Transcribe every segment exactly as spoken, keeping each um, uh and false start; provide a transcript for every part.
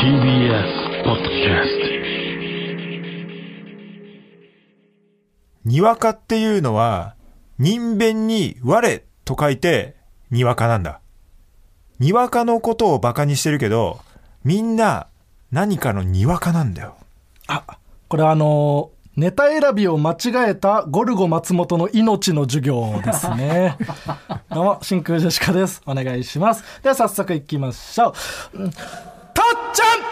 ティービーエス ポッドキャスト。 にわかっていうのは人弁に我と書いてにわかなんだ。にわかのことをバカにしてるけど、みんな何かのにわかなんだよ。 あ、これあのー、ネタ選びを間違えたゴルゴ松本の命の授業ですね。どうも真空ジェシカです。お願いします。では早速いきましょう。うん、とっちゃん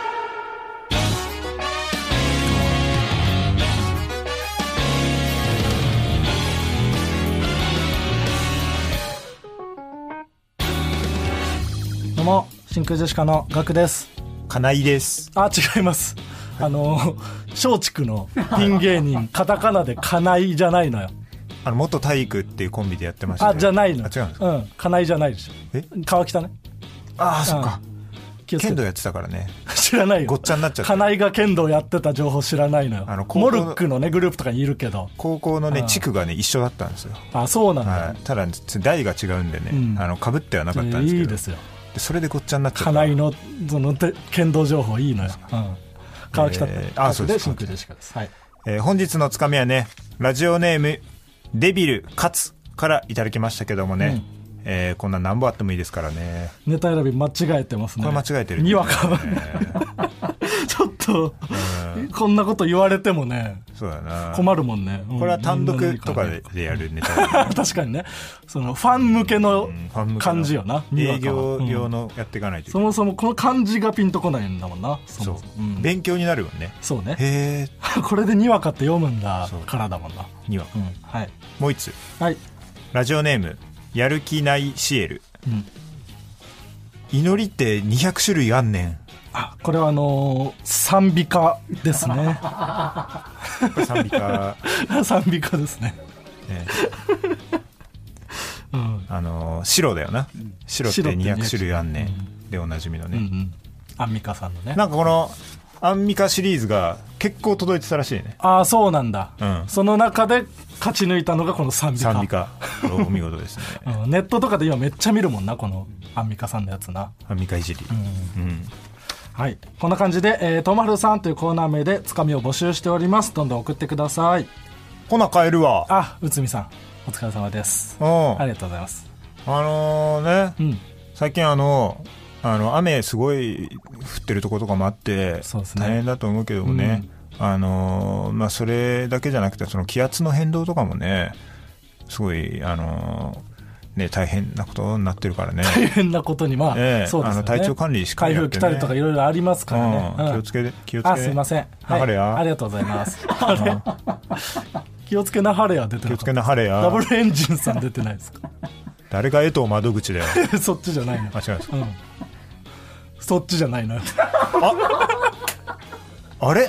どうも真空ジェシカのガクです。 金井です。 あ、違います。あの松竹のピン芸人カタカナで金井じゃないのよ。 あの元体育っていうコンビでやってました、ね、 あ、じゃないの。 あ、違うんですか。 うん、金井じゃないでしょ。 え、 川北ね。 ああ、そっか。 気をつけて。 剣道やってたからね。 知らないよ。 ごっちゃになっちゃった。 金井が剣道やってた情報知らないのよ。 あのモルックのねグループとかにいるけど、 高校のね地区がね一緒だったんですよ。 あ、そうなんだ、 はい、ただ代が違うんでね、うん、あの被ってはなかったんですけど、 いいですよ。 でそれでごっちゃになっちゃった。 金井のその剣道情報いいのよ。うん、川北って、 えー、あ、そうです。 真空ジェシカです。はい。 えー、本日のつかみはね、ラジオネームデビルカツからいただきましたけどもね、うん、えー、こんな何本あってもいいですからね。 ネタ選び間違えてますね。 これ間違えてる、 ね、にわかはちょっと、うん、こんなこと言われてもね、 そうだな、 困るもんね。 これは単独とかでやるネタ確かにね、そのファン向けの感じよな、 うん、営業用のやっていかないといけない、 うん、そもそもこの漢字がピンとこないんだもんな。 そう、うん、勉強になるもんね。 そうね。 へーこれでにわかって読むんだからだもんな。 にわか、うん、 はい。 もう一つ、 はい、 ラジオネームやる気ないシエル、うん、祈りってにひゃくしゅるいあんねん。 あ、これはあのー、賛美歌ですね。 これ賛美歌賛美歌ですね。 ねうん、あのー、白だよな。白ってにひゃくしゅるいあんねんでおなじみのね、うんうん、 アンミカさんのね。 なんかこのアンミカシリーズが結構届いてたらしいね。 ああ、そうなんだ、うん、その中で勝ち抜いたのがこの賛美歌。 賛美歌お見事ですね、 うん、ネットとかで今めっちゃ見るもんな、このアンミカさんのやつな。 アンミカいじり、うんうん、 はい、こんな感じで、えー、とまるさんというコーナー名でつかみを募集しております。どんどん送ってください。 ほな帰るわ。 あ、内海さんお疲れ様です。ありがとうございます。 あのー、ね、うん、最近あのあの雨すごい降ってるところとかもあって、そうですね、大変だと思うけどもね、うん、あのーまあ、それだけじゃなくてその気圧の変動とかもねすごい、あのーね、大変なことになってるからね。 大変なことに、まあ、えー、そうですよね、あの体調管理しっかりやって、ね、 台風来たりとかいろいろありますからね、うん、 気をつけて気をつけて。 あ、すいません、はい、 なはれや、 ありがとうございます。あれ気をつけなはれや出てる。 気をつけなはれや。ダブルエンジンさん出てないですか。 誰が江藤窓口だよ。 そっちじゃないの。 あ、違うんですか、うん、 そっちじゃないの。 ああれ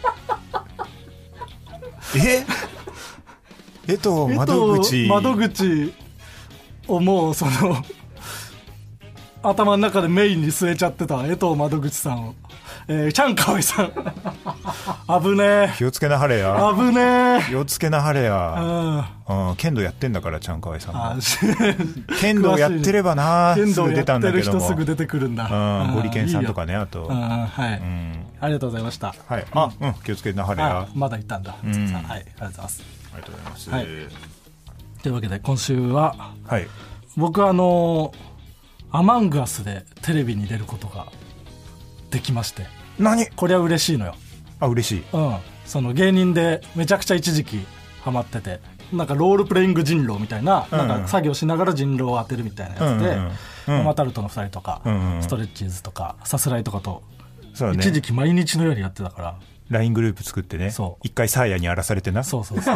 え江藤窓口窓口をもうその頭の中でメインに据えちゃってた江藤窓口さんを、えー、チャンカワイさん危ねえ。 気をつけなはれや。 危ねえ。 気をつけなはれや、うんうん、剣道やってんだからチャンカワイさんも剣道やってればな、 剣道やってる人すぐ出てくるんだ、 うん、ゴリケンさんとかね。あと、 あ、はい、うん、ありがとうございました。 はい、あ、うん、気をつけなはれや。 まだいたんだ、うん、はい、ありがとうございます。 ありがとうございます、 はい、というわけで今週は、 はい、 僕はあのアマングアスでテレビに出ることができまして。 何これは嬉しいのよ。 あ、嬉しい。 うん、その芸人でめちゃくちゃ一時期ハマってて、なんかロールプレイング人狼みたいな、うんうん、なんか作業しながら人狼を当てるみたいなやつで、うんうん、ママタルトのふたりとか、うんうん、ストレッチーズとかさすらいとかと、ね、一時期毎日のようにやってたから、 ライン グループ作ってね、一回サーヤに荒らされてな。 そうそうそう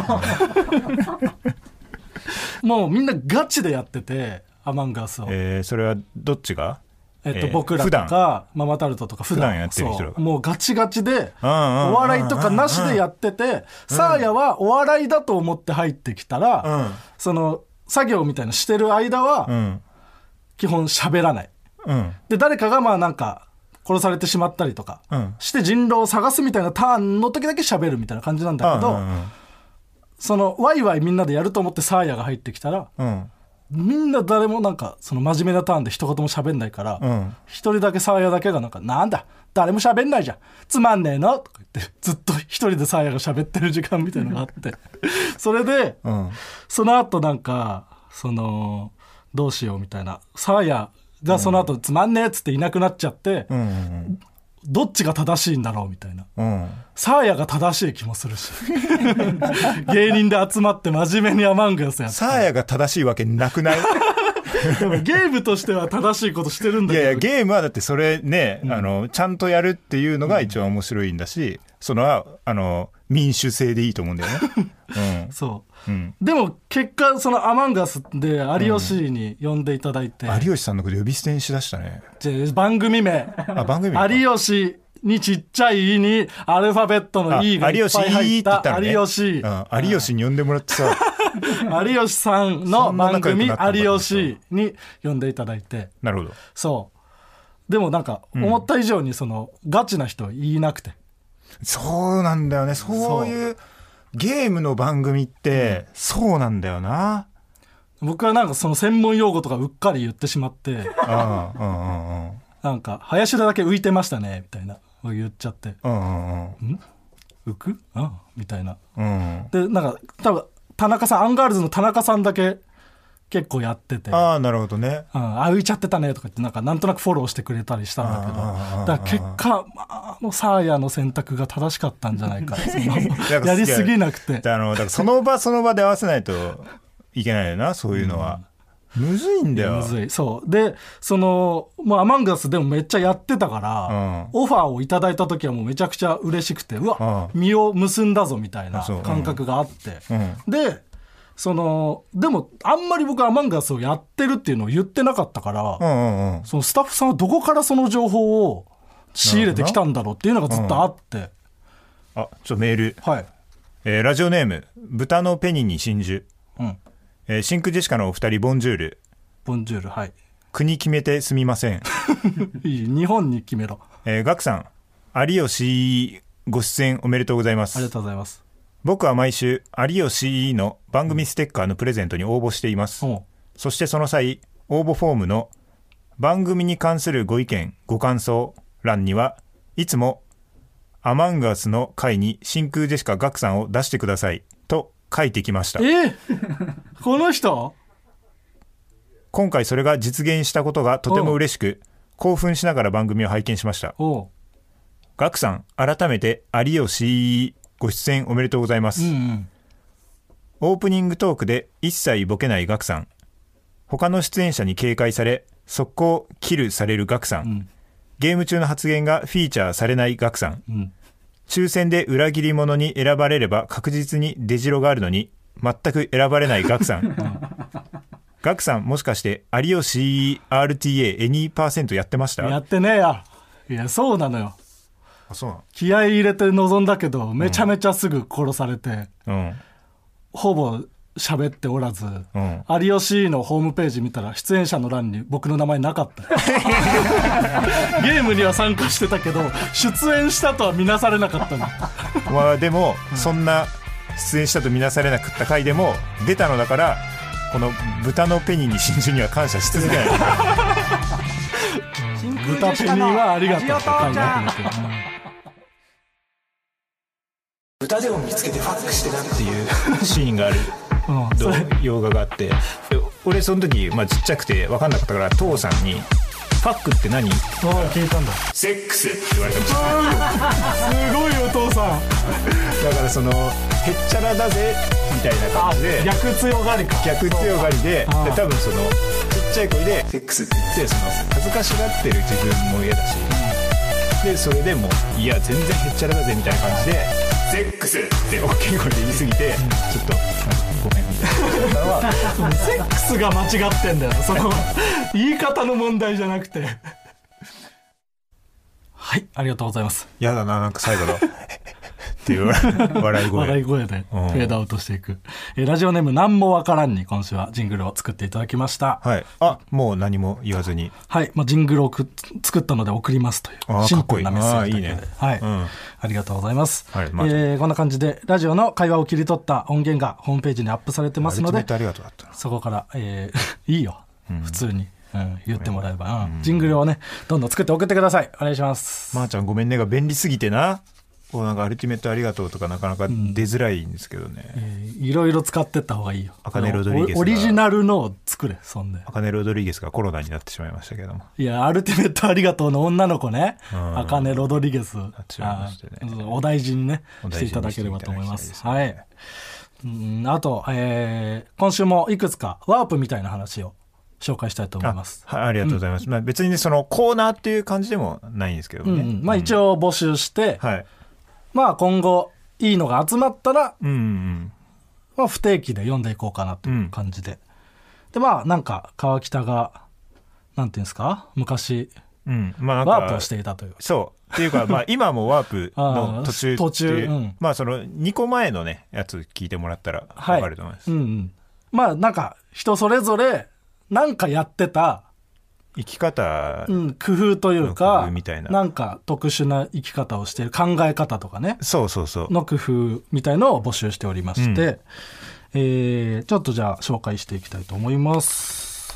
もうみんなガチでやってて、アマンガースを、 えー、それはどっちが、 えっと、僕らとかママタルトとか普段、 普段やってる人がもうガチガチでお笑いとかなしでやってて、サーヤはお笑いだと思って入ってきたら、うん、その作業みたいなしてる間は基本喋らない、うん、で誰かがまあなんか殺されてしまったりとかして人狼を探すみたいなターンの時だけ喋るみたいな感じなんだけど、うんうんうん、そのワイワイみんなでやると思ってサーヤが入ってきたら、うん、 みんな誰もなんかその真面目なターンで一言も喋んないから一、うん、人だけサーヤだけがなんかなんだ誰も喋んないじゃんつまんねえのとか言ってずっと一人でサーヤが喋ってる時間みたいなのがあってそれで、うん、その後なんかそのどうしようみたいなサーヤがその後つまんねえっつっていなくなっちゃって、うんうんうん、どっちが正しいんだろうみたいな、うん、サーヤが正しい気もするし芸人で集まって真面目にアマングアスやってサーヤが正しいわけなくないでもゲームとしては正しいことしてるんだけどいやいやゲームはだってそれね、うん、あのちゃんとやるっていうのが一番面白いんだし、うん、そのあの民主制でいいと思うんだよね、 うん、そう、うん、でも結果そのアマンガスで有吉に呼んでいただいて、 うん、有吉さんのこと呼び捨てにしだしたねじゃ番組名あ番組名有吉にちっちゃい「い」にアルファベットの「い」がいっぱい入った有吉、 うん、有吉に呼んでもらってさ有吉さんの番組有吉に呼んでいただいてなるほどそうでもなんか思った以上にその、うん、ガチな人言いなくてそうなんだよねそういうゲームの番組ってそうなんだよな僕はなんかその専門用語とかうっかり言ってしまってああ、うんうんうん、 なんか林田だけ浮いてましたねみたいな言っちゃって、 うんうんうん、 ん浮くあみたいな、 うん、 でなんか多分田中さんアンガールズの田中さんだけ結構やっててああなるほどね、 うん、あ浮いちゃってたねとか言ってなんかなんとなくフォローしてくれたりしたんだけどだから結果、まあ、あのサーヤの選択が正しかったんじゃないかやりすぎなくてあのだからその場その場で合わせないといけないよなそういうのは、うん、むずいんだよむずいそうでそのもうアマンガスでもめっちゃやってたから、うん、オファーをいただいた時はもうめちゃくちゃ嬉しくてうわ、うん、実を結んだぞみたいな感覚があって、うん、でそのでもあんまり僕アマンガスをやってるっていうのを言ってなかったから、うんうんうん、そのスタッフさんはどこからその情報を仕入れてきたんだろうっていうのがずっとあって、 うん、あちょっとメール、 はいえー、ラジオネーム豚のペニに真珠、うんえー、真空ジェシカのお二人ボンジュールボンジュールはい国決めてすみませんいい日本に決めろ、 えー、ガクさん有吉ご出演おめでとうございますありがとうございます僕は毎週有吉の番組ステッカーのプレゼントに応募しています、うん、そしてその際応募フォームの番組に関するご意見ご感想欄にはいつもアマンガスの回に真空ジェシカガクさんを出してくださいと書いてきましたえこの人今回それが実現したことがとても嬉しく興奮しながら番組を拝見しましたガクさん改めて有吉ご出演おめでとうございます、うんうん、オープニングトークで一切ボケないガクさん他の出演者に警戒され速攻キルされるガクさん、うん、ゲーム中の発言がフィーチャーされないガクさん、うん、抽選で裏切り者に選ばれれば確実に出城があるのに全く選ばれないガクさん、うん、ガクさんもしかして有吉 アールティーエー エニーパーセントやってました？ やってねえやいやそうなのよあそうなの気合い入れて臨んだけどめちゃめちゃすぐ殺されて、うん、ほぼ喋っておらず、うん、有吉のホームページ見たら出演者の欄に僕の名前なかったゲームには参加してたけど出演したとは見なされなかったのまあでも、うん、そんな出演したと見なされなかった回でも出たのだからこの豚のペニに真珠には感謝し続けない豚ペニはありがとうって書いてあるけど豚でも見つけてファックしてなっていうシーンがある動画があって俺その時、まあ、ちっちゃくて分かんなかったから父さんにファックって何？ 聞いたんだ。 セックスって言われたんですよすごいお父さんだからそのへっちゃらだぜみたいな感じで逆強がりか逆強がり で, で多分そのちっちゃい声でセックスって言ってその恥ずかしがってる自分も嫌だし、うん、でそれでもいや全然へっちゃらだぜみたいな感じでセックスって大きい声で言い過ぎて、うん、ちょっとごめんみたいなのはセックスが間違ってんだよその言い方の問題じゃなくてはいありがとうございます。 やだななんか最後のっていう笑い声笑い声でフェードアウトしていく、 えー、ラジオネームなんもわからんに今週はジングルを作っていただきました。 はい。あ、もう何も言わずに。 はい。まあ、ジングルをく作ったので送りますというシンプルなメッセージだけで。いいね。はい、うん。ありがとうございます。はい。まあ、えー、こんな感じでラジオの会話を切り取った音源がホームページにアップされてますので、 ありがとうだったそこから、えー、いいよ、うん、普通に。うん、言ってもらえば、うん、ジングルをねどんどん作って送ってください。お願いします。 まーちゃんごめんねが便利すぎてな、こうなんかアルティメットありがとうとかなかなか出づらいんですけどね、うんえー、いろいろ使ってった方がいいよ。 アカネロドリゲスオリジナルのを作れ。そんでアカネロドリゲスがコロナになってしまいましたけども、 いやアルティメットありがとうの女の子ね、うん、アカネロドリゲスなっちゃいましてね、お大事にねしていただければと思います。はい。うん、あと、えー、今週もいくつかワープみたいな話を紹介したいと思います。 あ、はい、ありがとうございます、うんまあ、別にそのコーナーっていう感じでもないんですけどね、うんうんまあ、一応募集して、うんはいまあ、今後いいのが集まったら、うんうんまあ、不定期で読んでいこうかなという感じで、うん、でまあなんか川北がなんていうんですか昔、うんまあ、なんかワープをしていたというそうっていうか、まあ、今もワープの途中途中、うん、まあそのにこまえのねやつ聞いてもらったら分かると思います、 はいうんうん、まあなんか人それぞれなんかやってた生き方、 うん、工夫というかみたいな、なんか特殊な生き方をしている考え方とかねそうそうそうの工夫みたいのを募集しておりまして、うんえー、ちょっとじゃあ紹介していきたいと思います。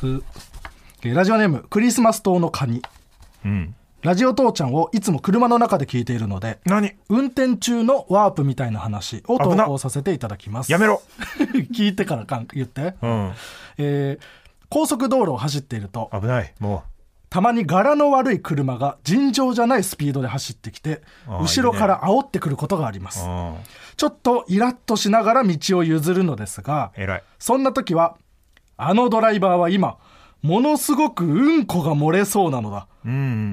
ラジオネームクリスマス島のカニ、うん、ラジオ父ちゃんをいつも車の中で聞いているので何運転中のワープみたいな話を投稿させていただきます。 やめろ聞いてからか言って、うんえー高速道路を走っていると危ないもうたまに柄の悪い車が尋常じゃないスピードで走ってきて後ろから煽ってくることがあります。いいね、ちょっとイラッとしながら道を譲るのですが偉いそんな時はあのドライバーは今ものすごくうんこが漏れそうなのだ、うん、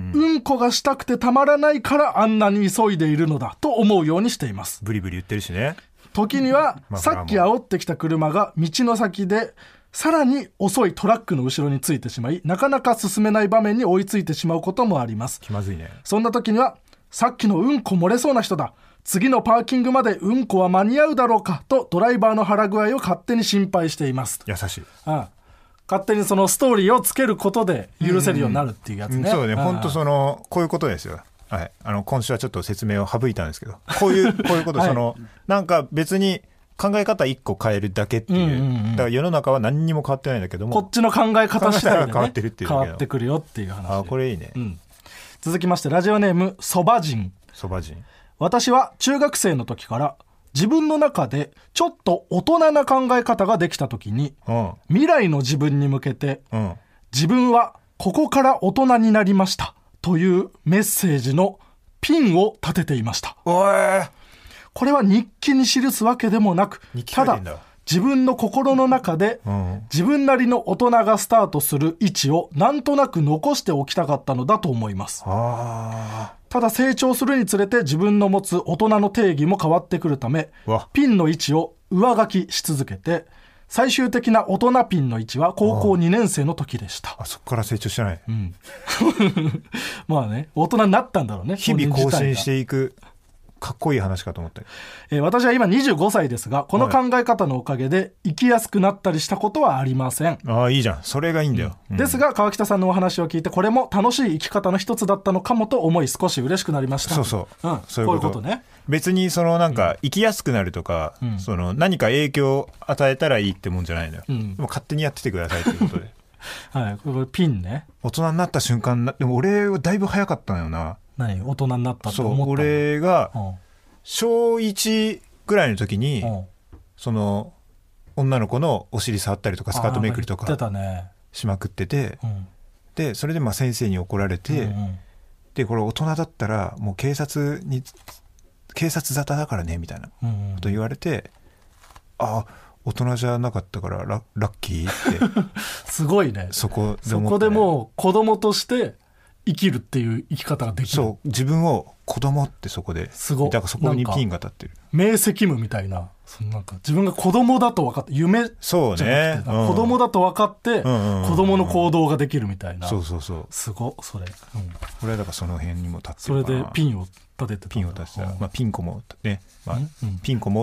うん、うんこがしたくてたまらないからあんなに急いでいるのだと思うようにしています。 ブリブリ言ってるしね。 時にはさっき煽ってきた車が道の先でさらに遅いトラックの後ろについてしまいなかなか進めない場面に追いついてしまうこともあります。 気まずいね。 そんな時にはさっきのうんこ漏れそうな人だ次のパーキングまでうんこは間に合うだろうかとドライバーの腹具合を勝手に心配しています。 優しい。 ああ勝手にそのストーリーをつけることで許せるようになるっていうやつね、うんうん、 そうね本当そのこういうことですよ。はい、あの今週はちょっと説明を省いたんですけどこういうこういうこと、はい、そのなんか別に考え方一個変えるだけっていう、うんうんうん、だから世の中は何にも変わってないんだけどもこっちの考え方次第で、ね、 変わってるっていう変わってくるよっていう話。 あこれいいね、うん、 続きましてラジオネームそば人。 そば人。私は中学生の時から自分の中でちょっと大人な考え方ができた時に、うん、未来の自分に向けて、うん、自分はここから大人になりましたというメッセージのピンを立てていました。 おーこれは日記に記すわけでもなくただ自分の心の中で自分なりの大人がスタートする位置をなんとなく残しておきたかったのだと思います。あただ成長するにつれて自分の持つ大人の定義も変わってくるためピンの位置を上書きし続けて最終的な大人ピンの位置は高校にねん生の時でした。 あそこから成長してない、うん、 まあね大人になったんだろうね。 日々更新していくかっこいい話かと思って、 えー、私は今にじゅうごさいですがこの考え方のおかげで生きやすくなったりしたことはありません。 ああいいじゃんそれがいいんだよ、 うん、ですが川北さんのお話を聞いてこれも楽しい生き方の一つだったのかもと思い少し嬉しくなりました。 そうそう、うん、そういうこと、こういうことね。別にそのなんか生きやすくなるとか、うん、その何か影響を与えたらいいってもんじゃないのよ、うん、もう勝手にやっててくださいということではい、これピンね。 大人になった瞬間なでも俺はだいぶ早かったのよな。 何大人になったって思ったの？ そう俺が、うんしょういちぐらいの時に、うん、その女の子のお尻触ったりとかスカートめくりとかしまくってて、うん、でそれでまあ先生に怒られて、うんうん、でこれ大人だったらもう警察に警察沙汰だからねみたいなこと言われて、うんうん、あ大人じゃなかったから ラ, ラッキーってすごいね。 そこで、 ね、そこでもう子供として生きるっていう生き方ができる。 そう自分を子供ってそこですごいだからそこにピンが立ってる明晰夢みたいな。そのなんか自分が子供だと分かって夢じゃなくてそうね、うん、 子供だと分かって、うんうん、子供の行動ができるみたいな。 そうそうそうすごそれ、うん、 これはだからその辺にも立ってるかな。 それでピンを立ててたピンを立ててた、まあ、ピンコもね、まあうん、ピンコも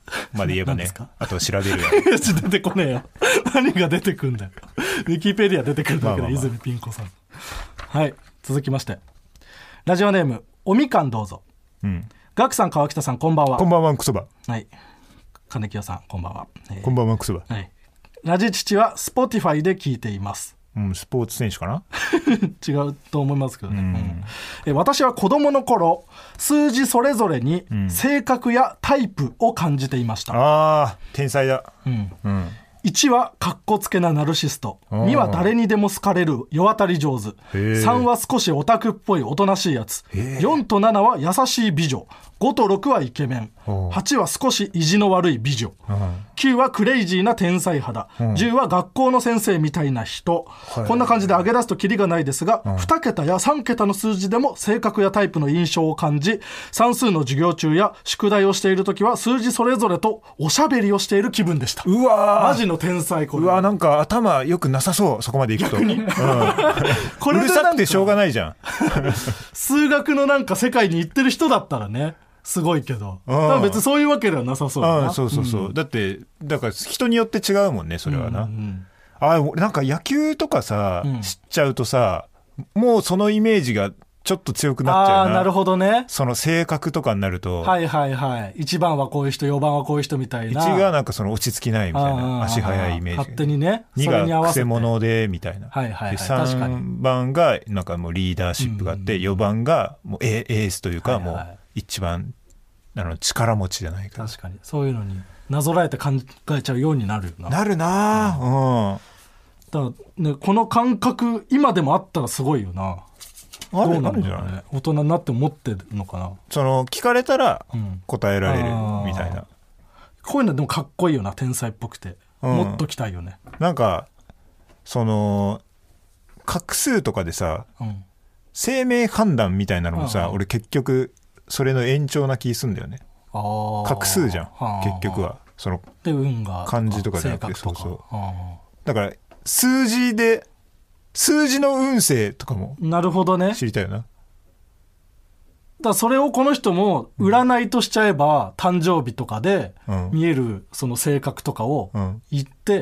まで言えばねあと調べるよ出てこねえよ何が出てくんだよウィキペディア出てくるだけで、まあまあまあ、泉ピン子さん。はい続きましてラジオネームおみかんどうぞ、うん、ガクさん川北さんこんばんは。 こんばんはクソバ。 はい金清さんこんばんは、 えー、こんばんはクソバ、 はい、ラジ父は Spotify で聞いています。 うん、スポーツ選手かな違うと思いますけどね、うんうん、え私は子供の頃数字それぞれに性格やタイプを感じていました、うん、 あー天才だ、うんうん、いちはかっこつけなナルシスト、には誰にでも好かれる世渡り上手、さんは少しオタクっぽいおとなしいやつ、よんとななは優しい美女、ごとろくはイケメン、はちは少し意地の悪い美女、きゅうはクレイジーな天才肌、じゅうは学校の先生みたいな人、こんな感じで上げ出すとキリがないですが、に桁やさん桁の数字でも性格やタイプの印象を感じ、算数の授業中や宿題をしているときは数字それぞれとおしゃべりをしている気分でした。 うわマジの天才。これうわなんか頭良くなさそう。そこまでいくと、うん、これうるさくてしょうがないじゃん数学のなんか世界に行ってる人だったらねすごいけど、多分別にそういうわけではなさそうだな。 そうそうそう、うん、だってだから人によって違うもんねそれはな、うんうん、あなんか野球とかさ、うん、知っちゃうとさもうそのイメージがちょっと強くなっちゃうな。 あなるほどね。 その性格とかになるとはいはいはいいちばんはこういう人よばんはこういう人みたいな、 いちがなんかその落ち着きないみたいな足速いイメージ、 勝手にねにがくせ者でみたいな、 はいはいはい、 でさんばんがなんかもうリーダーシップがあって、うん、よばんがもうエースというか、はいはい、もう一番あの力持ちじゃないか。 確かにそういうのになぞらえて考えちゃうようになるよな。 なるな、うん、うん、 だから、ね、この感覚今でもあったらすごいよな。 あどうなんだろうね。大人になって思ってるのかな。 その聞かれたら答えられるみたいな、うん、 こういうのでもかっこいいよな天才っぽくて、うん、もっときたいよね。 なんかその画数とかでさ、うん、生命判断みたいなのもさ、俺結局それの延長な気すんだよね。あ画数じゃん結局は。そので運が漢字とかじゃなくてそうそうだから数字で数字の運勢とかもなるほどね知りたいよな。だからそれをこの人も占いとしちゃえば、うん、誕生日とかで見えるその性格とかを言って、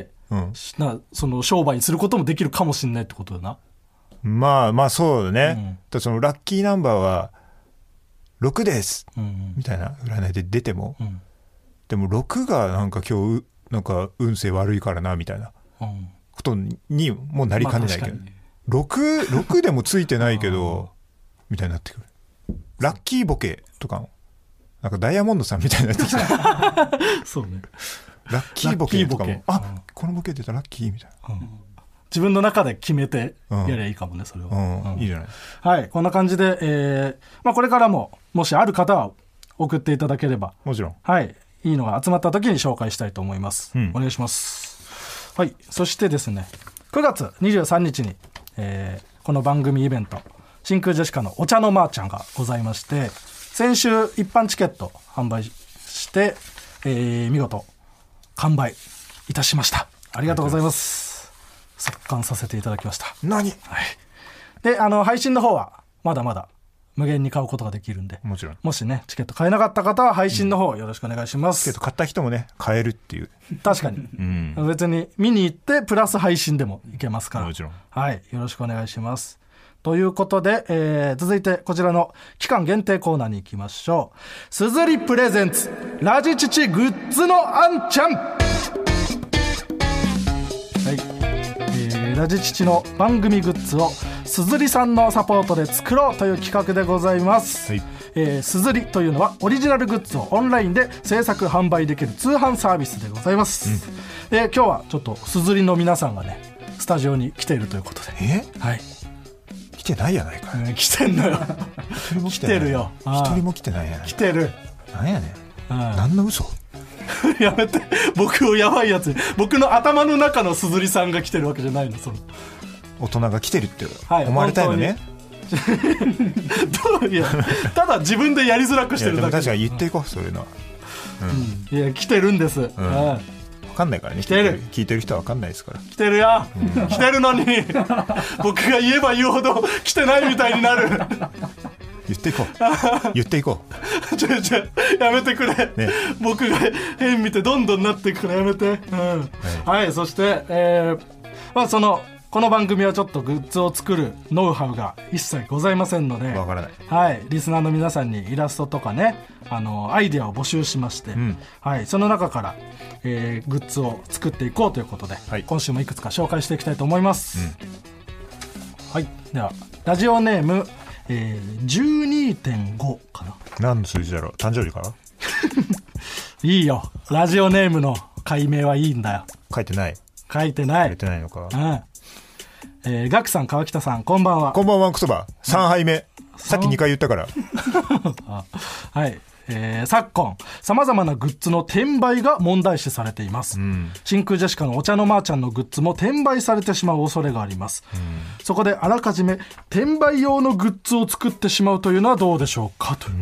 うん、なその商売にすることもできるかもしれないってことだな。 まあまあそうだね、うん、だそのラッキーナンバーはろくです、うんうん、みたいな占いで出ても、うん、でもろくがなんか今日なんか運勢悪いからなみたいな、うんことにもなりかねないけど、まあ、ろく, ろくでもついてないけどみたいになってくる。ラッキーボケとかもなんかダイヤモンドさんみたいになってきたそうねラッキーボケとかもあ、うん、このボケ出たラッキーみたいな、うん、 自分の中で決めてやりゃいいかもねそれは、 うんうん、いいじゃない。 はいこんな感じで、えーまあ、これからももしある方は送っていただければもちろん、 はい、いいのが集まった時に紹介したいと思います、うん、お願いします。はい、そしてですねくがつにじゅうさんにちに、えー、この番組イベント真空ジェシカのお茶のまーちゃんがございまして、先週一般チケット販売して、えー、見事完売いたしました。ありがとうございます。速乾させていただきました。 何、はい、 であの配信の方はまだまだ無限に買うことができるんで、 もちろんもしねチケット買えなかった方は配信の方よろしくお願いします、 うん、チケット買った人もね買えるっていう確かに、うん、別に見に行ってプラス配信でもいけますから、 もちろん、 はい、よろしくお願いします。ということで、えー、続いてこちらの期間限定コーナーに行きましょう。すずりプレゼンツラジチチグッズのあんちゃん。はい、えー、ラジチチの番組グッズをすずりさんのサポートで作ろうという企画でございます、はい。えー、すずりというのはオリジナルグッズをオンラインで制作販売できる通販サービスでございます、うん、で今日はちょっとすずりの皆さんがねスタジオに来ているということで、 え、 はい、 来てないやないか、 うん、来てんのよ来てるよ、 一人も来てないやない。 来てる。 なんやねん、何の嘘やめて、僕をやばいやつ、僕の頭の中のすずりさんが来てるわけじゃないの。その大人が来てるって思われたいのね、 どういやただ自分でやりづらくしてるだけ。 でも確かに言っていこう、そういうのは、 うん、いや来てるんです、うん、 分かんないからね、 来てる、 聞いてる人は分かんないですから。 来てるよ、うん、来てるのに僕が言えば言うほど来てないみたいになる言っていこう言っていこちょちょやめてくれ、ね、僕が変見てどんどんなっていくからやめて、うんはい、はい、そして、えーまあ、そのこの番組はちょっとグッズを作るノウハウが一切ございませんので、 わからない、 はい、リスナーの皆さんにイラストとかね、あのアイデアを募集しまして、うんはい、その中から、えー、グッズを作っていこうということで、はい、今週もいくつか紹介していきたいと思います、うんはい、ではラジオネーム、えー、じゅうにてんご かな。 何の数字だろう、誕生日かいいよ、ラジオネームの解明はいいんだよ。 書いてない書いてない書いてないのか、 うんえー、ガクさん川北さんこんばんは。 こんばんはクソバさんはいめ、うん、さっきにかい言ったからはい、えー、昨今さまざまなグッズの転売が問題視されています、うん、真空ジェシカのお茶のまーちゃんのグッズも転売されてしまう恐れがあります、うん、そこであらかじめ転売用のグッズを作ってしまうというのはどうでしょうかと、うん、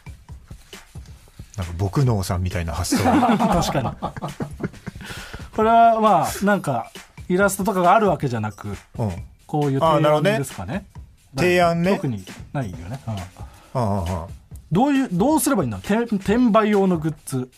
なんか僕のおさんみたいな発想確かにこれはまあなんかイラストとかがあるわけじゃなく、うん、こういう提案ですか ね, ね提案ね、 特にないよね、うん、ああああどういうどうすればいいんだ、転売用のグッズ。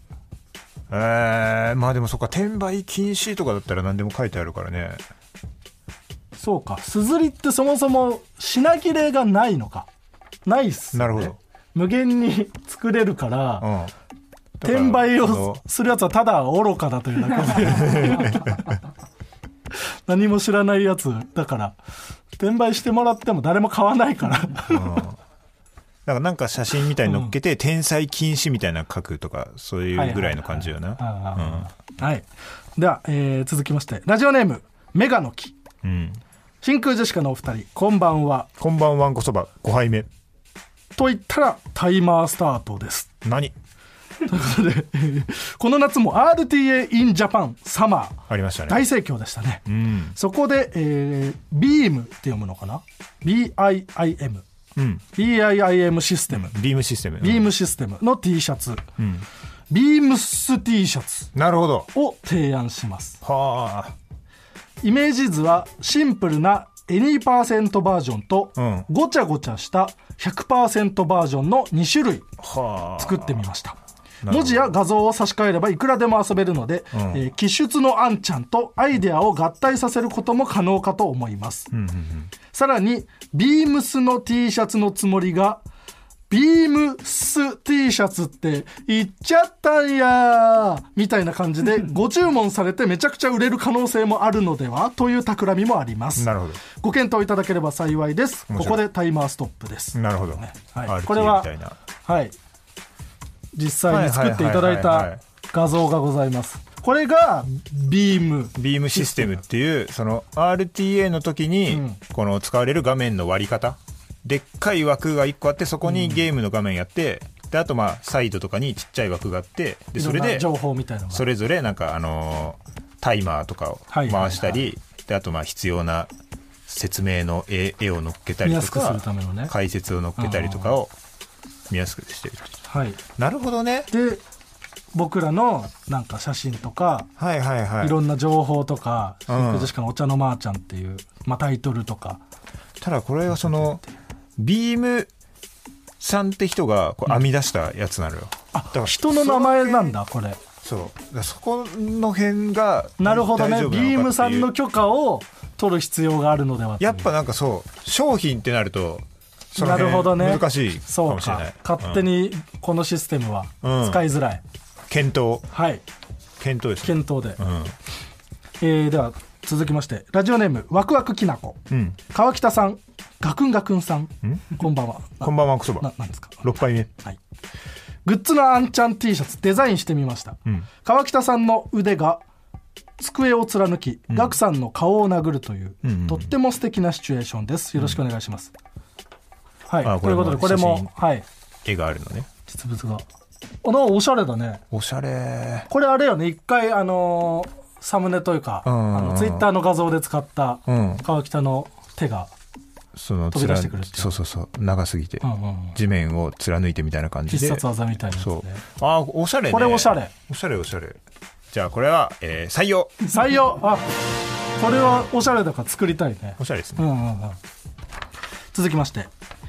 えー、まあでもそっか、転売禁止とかだったら何でも書いてあるからね。 そうか、すずりってそもそも品切れがないのか、ないっすね。 なるほど、 無限に作れるから、うん、転売をするやつはただ愚かだというだけで何も知らないやつだから、転売してもらっても誰も買わないから、うん、だからなんか写真みたいに載っけて、うん、転載禁止みたいな書くとか、そういうぐらいの感じよな。 はい、では、えー、続きましてラジオネームメガの木、うん、真空ジェシカのお二人こんばんは。 こんばんはんこそばごはいめと言ったらタイマースタートです。 何ということでこの夏も アールティーエー in Japan サマーありましたね、 大盛況でしたね、うん、そこで、えー、ビームって読むのかな ビーアイアイエム、うん、ビーアイアイエム システム、 ビームシステム、 ビームシステムの T シャツ、うん、ビームス T シャツなるほどを提案します。 はあ。 イメージ図はシンプルな エニパーセント バージョンと、うん、ごちゃごちゃした ひゃくパーセント バージョンのに種類作ってみました。文字や画像を差し替えればいくらでも遊べるので、うん、えー、奇出のあんちゃんとアイデアを合体させることも可能かと思います、うんうんうん、さらにビームスの T シャツのつもりがビームス T シャツって言っちゃったんやみたいな感じでご注文されてめちゃくちゃ売れる可能性もあるのではという企みもあります。 なるほど、 ご検討いただければ幸いです。ここでタイマーストップです。 なるほど、 ね、はい、これは、はい、実際に作っていただいた画像がございます。これがビームビームシステムっていうその アールティーエー の時にこの使われる画面の割り方、でっかい枠がいっこあってそこにゲームの画面やって、であとまあサイドとかにちっちゃい枠があって、でそれで情報みたいなのがそれぞれなんかあのタイマーとかを回したり、であとまあ必要な説明の 絵, 絵を載っけたりとか、ね、解説を載っけたりとかを見やすくしている。 はい、 なるほどね。 で僕らのなんか写真とか、 はいはいはい、 いろんな情報とか、真空ジェシカのお茶のまーちゃんっていう、まあ、タイトルとか。 ただこれはそのビームさんって人がこう編み出したやつなのよ、うん、 あ、だから人の名前なんだこれ。 そうだ、そこの辺がなるほどね。ビームさんの許可を取る必要があるのでは。 やっぱなんかそう商品ってなるとその辺難しいかもしれない。 そうか、勝手にこのシステムは使いづらい、うん、 検討、 はい、 検討です、 検討で、うん、えー、では続きましてラジオネームワクワクきなこ、うん、川北さんガクンガクンさん、んこんばんは。 こんばんはクソバ。 ななんですかろっぱいめ、 はい、グッズのあんちゃん T シャツデザインしてみました、うん、川北さんの腕が机を貫き、うん、ガクさんの顔を殴るという、うんうんうん、とっても素敵なシチュエーションです。よろしくお願いします、うん、はい、ということでこれも、はい、 絵があるのね、 実物が。あ、なんかおしゃれだね。 おしゃれ。 これあれよね、一回あのー、サムネというか、うんうんうん、あのツイッターの画像で使った川北の手がその飛び出してくるっていう。 そうそうそう、長すぎて、うんうんうん、地面を貫いてみたいな感じで必殺技みたいなやつね。 そう、あ、おしゃれね。 これおしゃれおしゃれおしゃれ。じゃあこれは、えー、採用採用。あ、これはおしゃれだから作りたいね。 おしゃれですね、 うんうんうん、続きまして、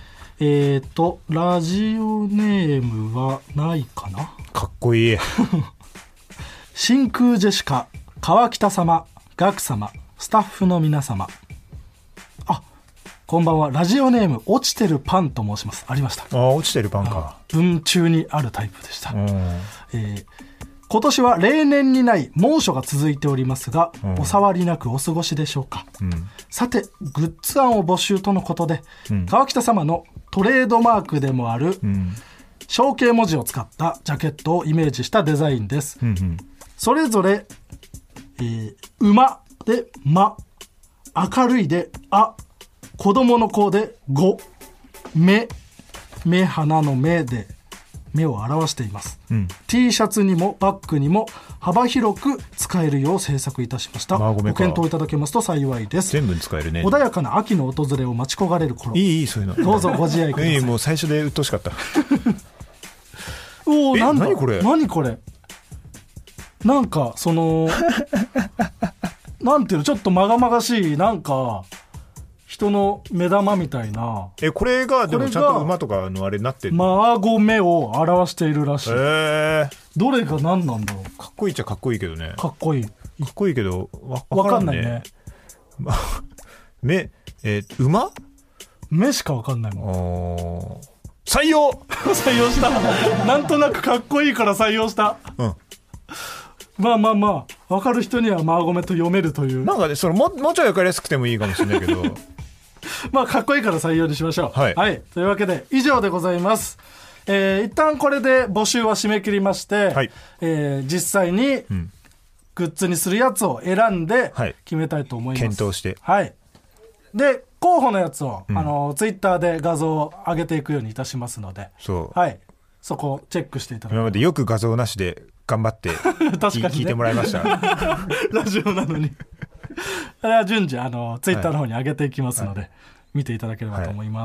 えーとラジオネームはないかな。 かっこいい真空ジェシカ、川北様、ガク様、スタッフの皆様、あ、こんばんは。ラジオネーム落ちてるパンと申します。ありました。 あ、落ちてるパンか。 文中にあるタイプでした。えー、今年は例年にない猛暑が続いておりますが、お触りなくお過ごしでしょうか。うん、さてグッズ案を募集とのことで、うん、川北様のトレードマークでもある、うん、象形文字を使ったジャケットをイメージしたデザインです。うんうん、それぞれ、えー、馬でま、明るいであ、子供の子でご、目、目花の目で目を表しています。うん、T シャツにもバッグにも幅広く使えるよう制作いたしました。ご検討いただけますと幸いです。 全部に使えるね。 穏やかな秋の訪れを待ち焦がれる頃、 いいいい、そういうのどうぞご自愛ください。 いい、もう最初で鬱陶しかったおー、なんだ、 何これ何これ、なんかそのなんていうの、ちょっとまがまがしい、なんか人の目玉みたいな。 え、これがでもちゃんと馬とかのあれになってるの？ マーゴメを表しているらしい。 へー、どれが何なんだろう。 かっこいいっちゃかっこいいけどね。 かっこいい。 かっこいいけどわ、 わかんないね。 目、えー、馬？ 目しかわかんないもん。 採用採用したなんとなくかっこいいから採用した。うん。まあまあまあ、分かる人にはマーゴメと読めるという。 なんかね、それ も, もうちょい分かりやすくてもいいかもしれないけどまあかっこいいから採用にしましょう。 はい、 はい、というわけで以上でございます。えー、一旦これで募集は締め切りまして、はい、えー、実際にグッズにするやつを選んで決めたいと思います。 検討して、 はい、で候補のやつを、うん、あのツイッターで画像を上げていくようにいたしますので、 そう、 はい、そこをチェックしていただきます。 今までよく画像なしで頑張って確かに、ね、聞いてもらいましたラジオなのにあれは順次あのツイッターの方に上げていきますので、はい、見ていただければと思います、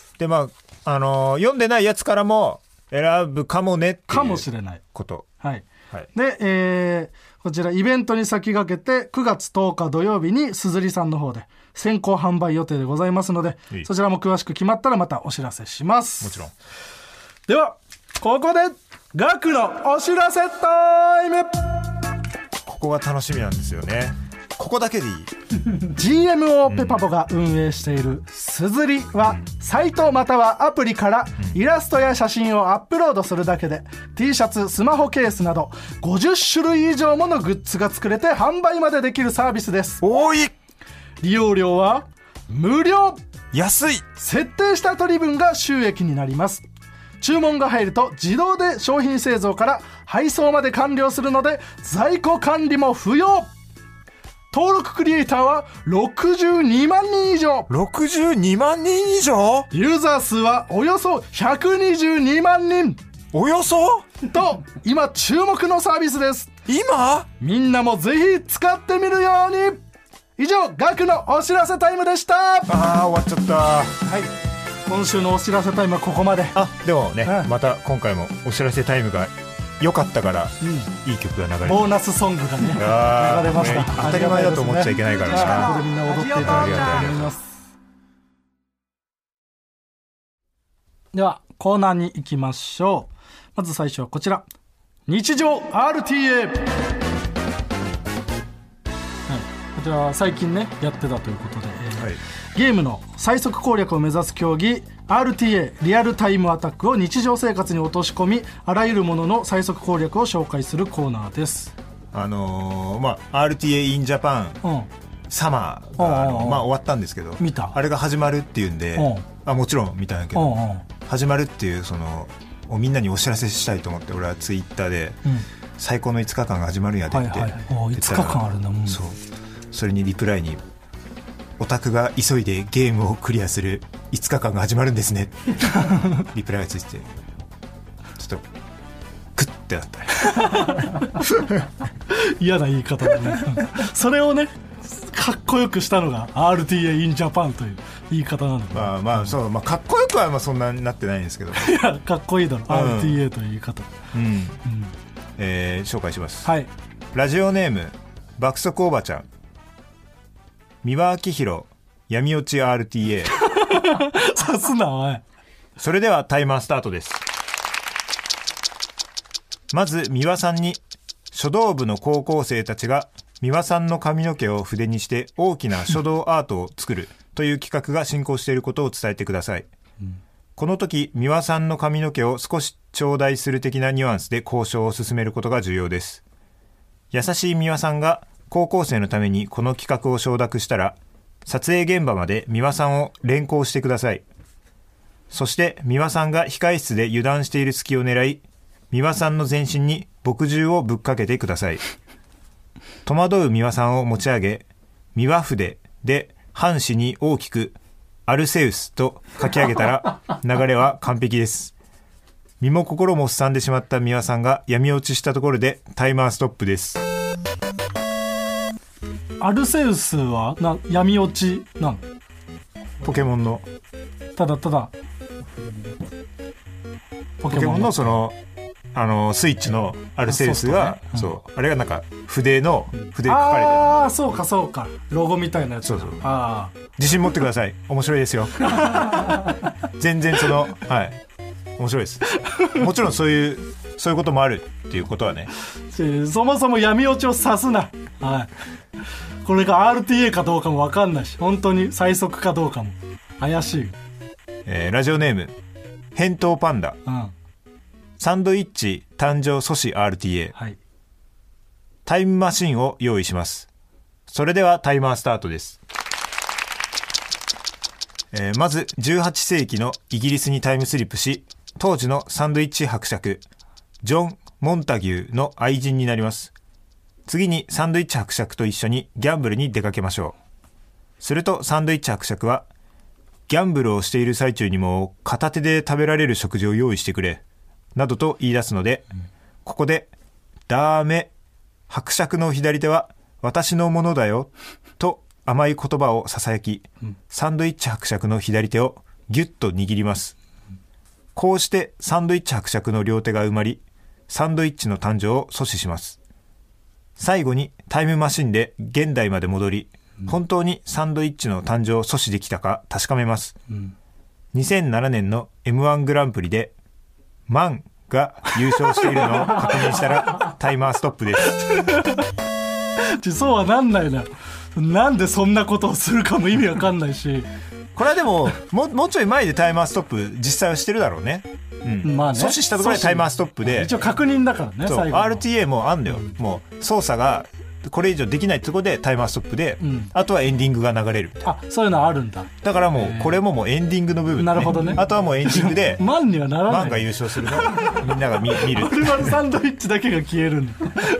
はい、でまあ、あのー、読んでないやつからも選ぶかもねっていうかもしれないこと、 はい、はい、で、えー、こちらイベントに先駆けてくがつとおか土曜日にすずりさんの方で先行販売予定でございますので、いい、そちらも詳しく決まったらまたお知らせします。 もちろん。 ではここでガクのお知らせタイム。 ここが楽しみなんですよね。ここだけでいいジーエムオー ペパボが運営しているすずりは、うん、サイトまたはアプリからイラストや写真をアップロードするだけで、うん、T シャツ、スマホケースなどごじゅっしゅるい以上ものグッズが作れて販売までできるサービスです。 多い。 利用料は無料。 安い。 設定した取り分が収益になります。注文が入ると自動で商品製造から配送まで完了するので在庫管理も不要。登録クリエイターはろくじゅうにまんにん以上。 ろくじゅうにまんにん以上。 ユーザー数はおよそひゃくにじゅうにまんにん。 およそと今注目のサービスです。 今みんなもぜひ使ってみるように。以上ガクのお知らせタイムでした。 あー終わっちゃった。 はい、今週のお知らせタイムはここまで。 あでもね、うん、また今回もお知らせタイムが良かったから、うん、いい曲が流れてボーナスソングがね流れました、ね、 当たり前だと思っちゃいけないからさ、 ここでみんな踊っていただきたいと思います。ではコーナーに行きましょう。まず最初はこちら、日常 アールティーエー、はい、こちらは最近ねやってたということで、えーはい、ゲームの最速攻略を目指す競技 アールティーエー リアルタイムアタックを日常生活に落とし込み、あらゆるものの最速攻略を紹介するコーナーです。 あのーまあ、アールティーエー in Japan、うん、サマーがあの、まあ、終わったんですけど、 見たあれが始まるっていうんで、あもちろん見たんやけど、始まるっていうそのみんなにお知らせしたいと思って俺はツイッターで、うん、最高のいつかかんが始まるんやでって、はいはい、いつかかんあるんだもん。 そう、それにリプライにオタクが急いでゲームをクリアするいつかかんが始まるんですねリプライがついててちょっとクッてなった嫌な言い方だねそれをねかっこよくしたのが アールティーエー in Japan という言い方なので、 まあまあそう、まあ、かっこよくはまあそんなになってないんですけどいやかっこいいだろ、うん、アールティーエー という言い方、うんうん、 えー、紹介します、 はい、 ラジオネーム爆速おばちゃん、三輪明宏闇落ち アールティーエーさすなおいそれではタイマースタートです。まず三輪さんに書道部の高校生たちが三輪さんの髪の毛を筆にして大きな書道アートを作るという企画が進行していることを伝えてください、うん、この時三輪さんの髪の毛を少し頂戴する的なニュアンスで交渉を進めることが重要です。優しい三輪さんが高校生のためにこの企画を承諾したら、撮影現場まで三輪さんを連行してください。そして三輪さんが控え室で油断している隙を狙い、三輪さんの全身に墨汁をぶっかけてください。戸惑う三輪さんを持ち上げ、三輪筆で半紙に大きくアルセウスと書き上げたら流れは完璧です。身も心もすさんでしまった三輪さんが闇落ちしたところでタイマーストップです。 アルセウスはな闇落ちなの？ ポケモンのただただポケモンのそのあのスイッチのアルセウスが あ, そう、ねうん、そうあれがなんか筆の筆で書かれてる。 ああそうかそうか、ロゴみたいなやつ。 そうそう、 あ自信持ってください、面白いですよ全然そのはい面白いです。もちろんそういうそういうこともあるっていうことはね。 そもそも闇落ちを指すな、はい、これが アールティーエー かどうかも分かんないし、本当に最速かどうかも怪しい、 えー、ラジオネーム返答パンダ、うん、サンドイッチ誕生阻止 アールティーエー、はい、タイムマシンを用意します。それではタイマースタートです。えー、まずじゅうはっせいきのイギリスにタイムスリップし、当時のサンドイッチ伯爵ジョン・モンタギューの愛人になります。次にサンドイッチ伯爵と一緒にギャンブルに出かけましょう。するとサンドイッチ伯爵は、ギャンブルをしている最中にも片手で食べられる食事を用意してくれなどと言い出すので、うん、ここでダメ、伯爵の左手は私のものだよと甘い言葉をささやき、うん、サンドイッチ伯爵の左手をギュッと握ります。こうしてサンドイッチ伯爵の両手が埋まり、サンドイッチの誕生を阻止します。最後にタイムマシンで現代まで戻り、うん、本当にサンドイッチの誕生を阻止できたか確かめます、うん、にせんななねんの エムワン グランプリでマンが優勝しているのを確認したらタイマーストップですそうはなんないな。なんでそんなことをするかも意味わかんないしこれはでも も, もうちょい前でタイマーストップ実際はしてるだろうね、うんまあ、ね阻止したところでタイマーストップで一応確認だからね。最後アールティーエー もあんだよ、うん、もう操作がこれ以上できないところでタイマーストップで、うん、あとはエンディングが流れるみたいな。 あ、そういうのあるんだ。 だからもうこれももうエンディングの部分、ね、 なるほどね。 あとはもうエンディングでマンにはならない。 マンが優勝するのみんなが 見, 見る俺はサンドイッチだけが消えるんだ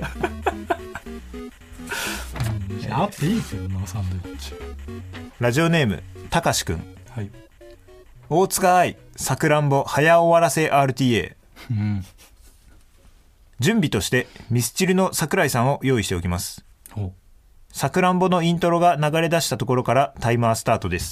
あっていいけどなサンドイッチ。 ラジオネームたかしくん、はい、大塚愛さくらんぼ早終わらせ アールティーエー、うん、準備としてミスチルの桜井さんを用意しておきます。さくらんぼのイントロが流れ出したところからタイマースタートです。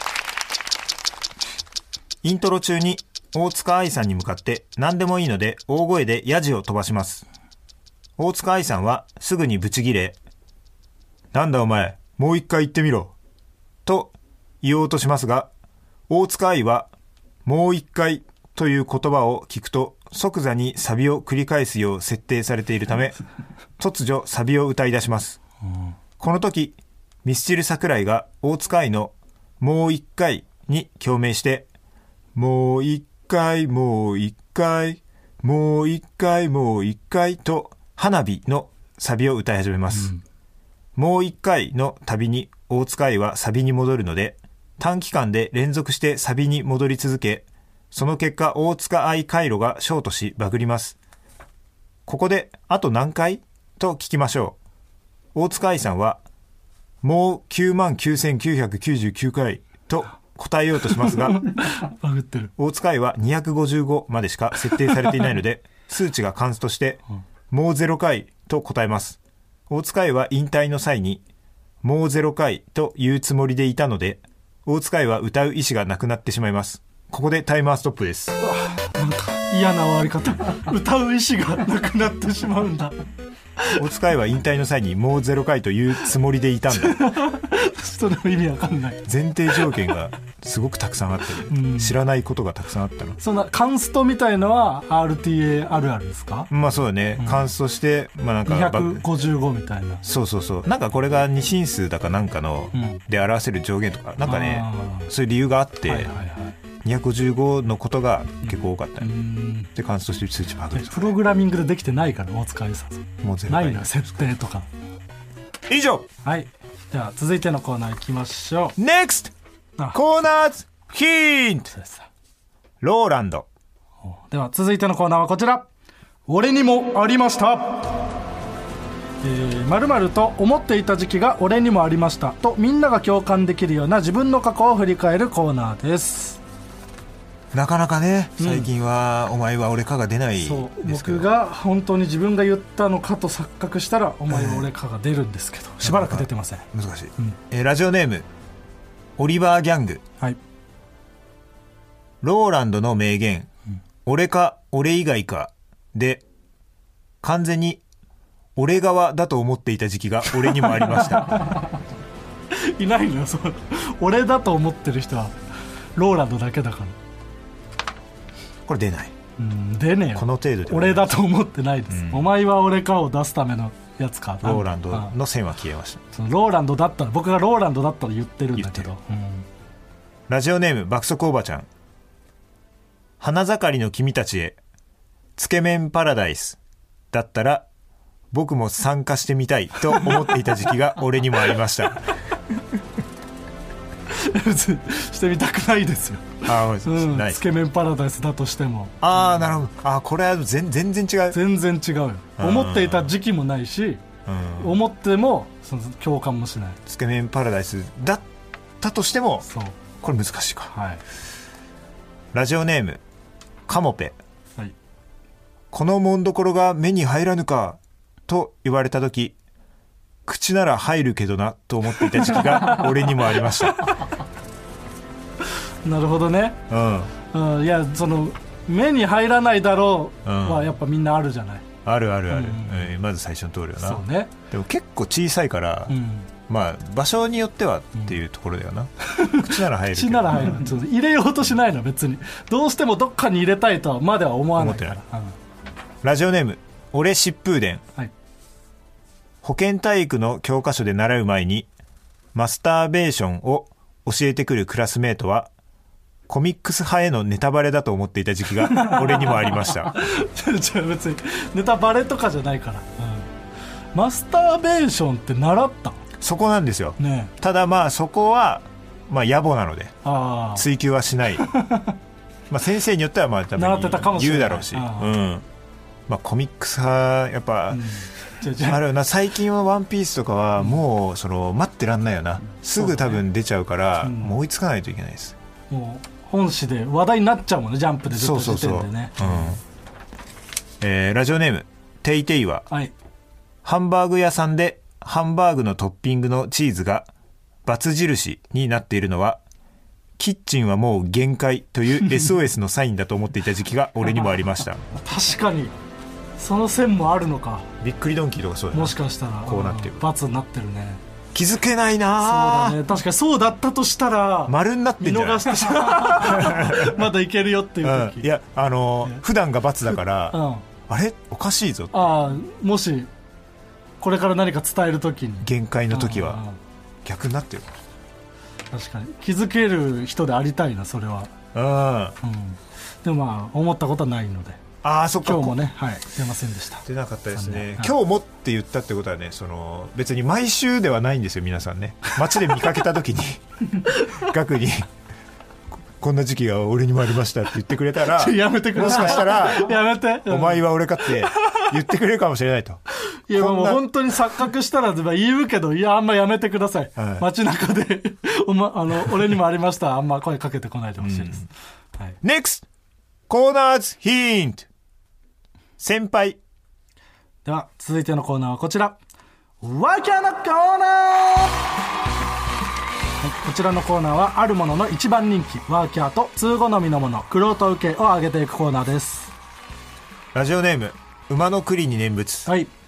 イントロ中に大塚愛さんに向かって何でもいいので大声でヤジを飛ばします。大塚愛さんはすぐにブチギレ、なんだお前もう一回言ってみろと言おうとしますが、大塚愛はもう一回という言葉を聞くと即座にサビを繰り返すよう設定されているため、突如サビを歌い出します。うん、この時ミスチル桜井が大塚愛のもう一回に共鳴して、もう一回もう一回もう一回もう一回と花火のサビを歌い始めます。うん、もう一回のたびに大塚愛はサビに戻るので、短期間で連続してサビに戻り続け、その結果大塚愛回路がショートしバグります。ここであと何回と聞きましょう。大塚愛さんはもう きゅうまんきゅうせんきゅうひゃくきゅうじゅうきゅうかいと答えようとしますがバグってる。 大塚愛はにひゃくごじゅうごまでしか設定されていないので数値がカンストしてもうゼロかいと答えます。大塚愛は引退の際にもうゼロかいと言うつもりでいたので、大塚愛は歌う意思がなくなってしまいます。ここでタイマーストップです。 なんか嫌な終わり方歌う意思がなくなってしまうんだ。 大塚愛は引退の際にもうゼロかいと言うつもりでいたんだそれも意味わかんない。 前提条件がすごくたくさんあって、うん、知らないことがたくさんあったの。 そんなカンストみたいのは アールティーエー あるあるですか？ まあそうだね、うん、カンストして、まあ、なんかにひゃくごじゅうごみたいな。 そうそうそう、なんかこれが二進数だかなんかの、うん、で表せる上限とかなんかね、そういう理由があって、はいはいはい、にひゃくごじゅうごのことが結構多かったね、うん、でカンストして数値把握。 プログラミングでできてないから大塚愛さんもう全ないな、設定とか。 以上。 はい、では続いてのコーナー行きましょう。 ネクストコーナーズヒント。ローランド。 では続いてのコーナーはこちら。俺にもありました。えー、〇〇と思っていた時期が俺にもありましたとみんなが共感できるような自分の過去を振り返るコーナーです。 なかなかね最近は、うん、お前は俺かが出ないですけど、 僕が本当に自分が言ったのかと錯覚したらお前は俺かが出るんですけど、えー、しばらく出てません。 難しい、うん、えー、ラジオネームオリバーギャング、 はい、 ローランドの名言、うん、俺か俺以外かで完全に俺側だと思っていた時期が俺にもありましたいないのよ、そう、俺だと思ってる人はローランドだけだから。 これ出ない、 うん、出ねえよ、 この程度で俺だと思ってないです、うん、お前は俺かを出すためのやつか。 ローランドの線は消えました。 そのローランドだったら、僕がローランドだったら言ってるんだけど、うん、 ラジオネーム爆速おばちゃん。花盛りの君たちへつけ麺パラダイスだったら僕も参加してみたいと思っていた時期が俺にもありましたしてみたくないですよ。 あ、うん、 つけ麺パラダイスだとしても。 ああ、なるほど。あ、これは全然違う。 全然違うよ。思っていた時期もないし、うん、思ってもその共感もしない。 つけ麺パラダイスだったとしても、そう、これ難しいか、 はい、 ラジオネームカモペ、 はい、 このもんどころが目に入らぬかと言われた時、口なら入るけどなと思っていた時期が俺にもありましたなるほどね、 うんうん、いや、その目に入らないだろうはやっぱみんなあるじゃない、 うん、あるあるある、うんうん、まず最初の通りよな。 そうね。 でも結構小さいから、うん、まあ場所によってはっていうところだよな、うん、口なら入るけど口なら入るちょっと入れようとしないの、別にどうしてもどっかに入れたいとはまでは思わないから。思ってない、うん、 ラジオネーム俺疾風伝、 はい、 保健体育の教科書で習う前にマスターベーションを教えてくるクラスメートはコミックス派へのネタバレだと思っていた時期が俺にもありましたじゃあ別にネタバレとかじゃないから、うん、マスターベーションって習った？ そこなんですよ、 ね、 ただまあそこはまあ野暮なのであ追求はしないまあ先生によってはまあ多分言うだろうし、うん、まあ、コミックス派やっぱ、うんあるよな。最近はワンピースとかはもうその待ってらんないよな、すぐ多分出ちゃうからもう追いつかないといけないです。 もう本誌で話題になっちゃうもんね、ジャンプでずっと時点でね。 そうそうそう、うん、えー、ラジオネームテイテイは、 はい、 ハンバーグ屋さんでハンバーグのトッピングのチーズが×印になっているのはキッチンはもう限界という エスオーエス のサインだと思っていた時期が俺にもありました確かにその線もあるのか。 びっくりドンキーとかそうだよ、 もしかしたらこうなってる、 ×になってるね。 気づけないな。 そうだね、確かにそうだったとしたら丸になってんじゃない、 見逃してしまうまだいけるよっていう時、 うん、いやあのー、普段が×だから、うん、あれおかしいぞ、 あもしこれから何か伝える時に限界の時は逆になってる。 確かに気づける人でありたいな、それは。 うん、うん、 でもまあ思ったことはないので。 あ、そっか、 今日もね、はい、出ませんでした。 出なかったですね。今日もって言ったってことはね、その別に毎週ではないんですよ、皆さんね。街で見かけた時に額にこんな時期が俺にもありましたって言ってくれたらやめてください、 もしかしたらやめて、 お前は俺かって言ってくれるかもしれないと。 いやもう本当に錯覚したら言うけど、いやあんまやめてください、はい、街中でお、ま、あの俺にもありましたあんま声かけてこないでほしいです、 うん、はい、ネクストコーナーズヒント先輩。 では続いてのコーナーはこちら、ワーキャーのコーナー、はい、こちらのコーナーはあるものの一番人気ワーキャーと通好みのもの、玄人受けを上げていくコーナーです。 ラジオネーム馬の栗に念仏、 はい、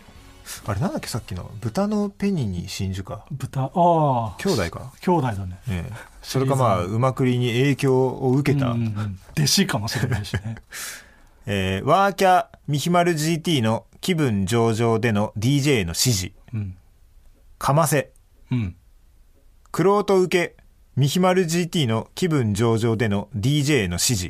あれなんだっけさっきの豚のペニに真珠か豚ああ兄弟か兄弟だね、 ええ、それかまあうまくりに影響を受けた、うんうん、 弟子かもしれないしね、 えー、ワーキャミヒマル ジーティー の気分上々での ディージェー の指示、うん、かませ、うん、クロート受けミヒマル ジーティー の気分上々での ディージェー の指示、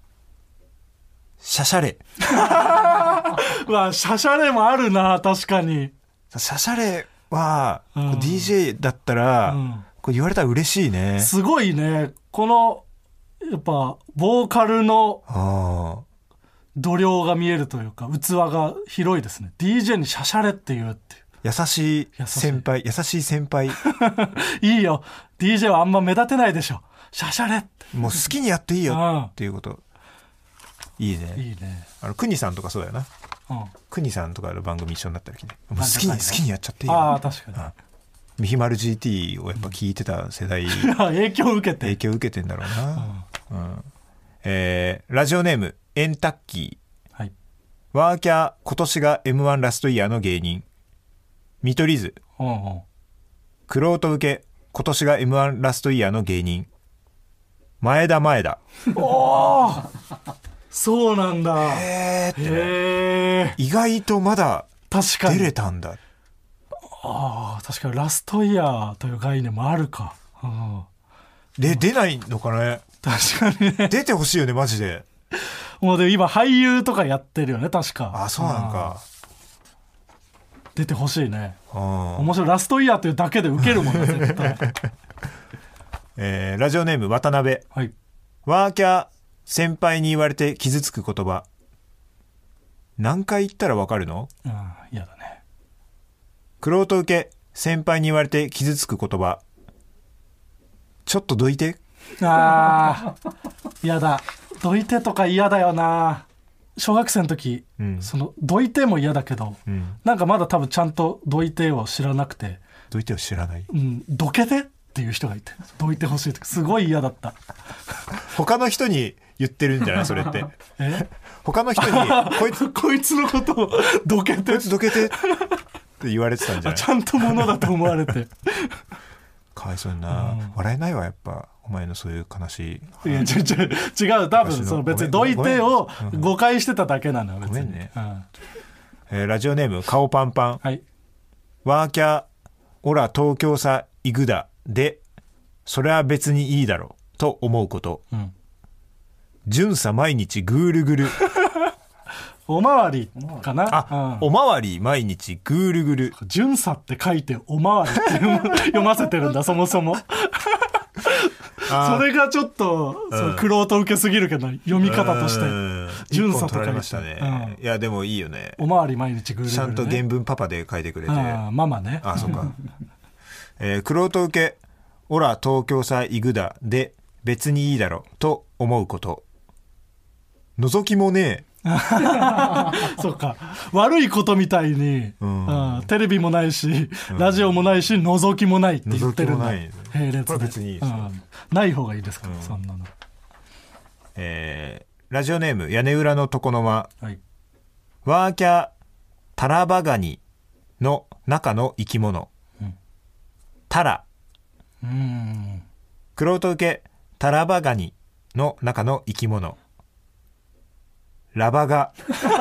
シャシャレうわシャシャレもあるな確かに。 シャシャレは、うん、ディージェー だったら、うん、これ言われたら嬉しいね。 すごいねこのやっぱボーカルの度量が見えるというか器が広いですね。 ディージェー にシャシャレっていうっていう優しい先輩優しい先輩いいよ ディージェー はあんま目立てないでしょシャシャレってもう好きにやっていいよっていうこと、うん、いいね。 いいね。 あのクニさんとかそうだよな、うん、クニさんとかの番組一緒になった時ねもう好きに好きにやっちゃっていいよ。 ああ確かに、うん、 ミヒマル ジーティー をやっぱ聞いてた世代、うん、 影響を受けて影響を受けてんだろうな、うんうんえー、ラジオネームエンタッキー、はい、ワーキャー今年が エムワン ラストイヤーの芸人見取り図、クロート受け今年が エムワン ラストイヤーの芸人前田前田おーそうなんだへーって、ね、意外とまだ出れたんだ。 ああ確かにラストイヤーという概念もあるか、うん、 で出ないのかね。 確かにね出てほしいよねマジで。 もうでも今俳優とかやってるよね確か。 あそうなんか。 出てほしいね。面白いラストイヤーというだけでウケるもんね絶対、 えー、ラジオネーム渡辺、はい、ワーキャー先輩に言われて傷つく言葉何回言ったらわかるの。 ああ嫌だね。 クロート受け先輩に言われて傷つく言葉ちょっとどいて。 ああ嫌だどいてとか嫌だよな。小学生の時、うん、そのどいても嫌だけど、うん、なんかまだ多分ちゃんとどいてを知らなくてどいてを知らない、 うん、どけてっていう人がいてどいてほしいとかすごい嫌だった他の人に言ってるんじゃないそれってえ他の人にこいつこいつのことをどけてこいつどけてって言われてたんじゃない。 ちゃんとものだと思われてかわいそうにな、うん、笑えないわやっぱお前のそういう悲しい。 いやちょちょ違う多分その別にどいてを誤解してただけなのよ。 ごめんね、うんえー、ラジオネーム顔パンパン、はい、ワーキャーオラ東京さイグダでそれは別にいいだろうと思うこと、うん、巡査毎日ぐーるぐるおまわりかなあ、うん、おまわり毎日ぐーるぐる巡査って書いておまわりって読ませてるんだそもそもそれがちょっとクロート受けすぎるけど読み方として巡査とかましたね、うん、いやでもいいよねおまわり毎日ぐるぐる、ね、 ちゃんと原文パパで書いてくれてあママねあそうか、えー、クロート受けオラ東京さイグダで別にいいだろと思うこと覗きもねえそうか悪いことみたいに、うんうん、テレビもないし、うん、ラジオもないし覗きもないって言ってるんだ並列でこれ別にいいです、ねうん、 ない方がいいですから、うん、そんなの、 えー、ラジオネーム屋根裏の床の間、はい、ワーキャタラバガニの中の生き物、うん、タラうんクロート受けタラバガニの中の生き物ラバガ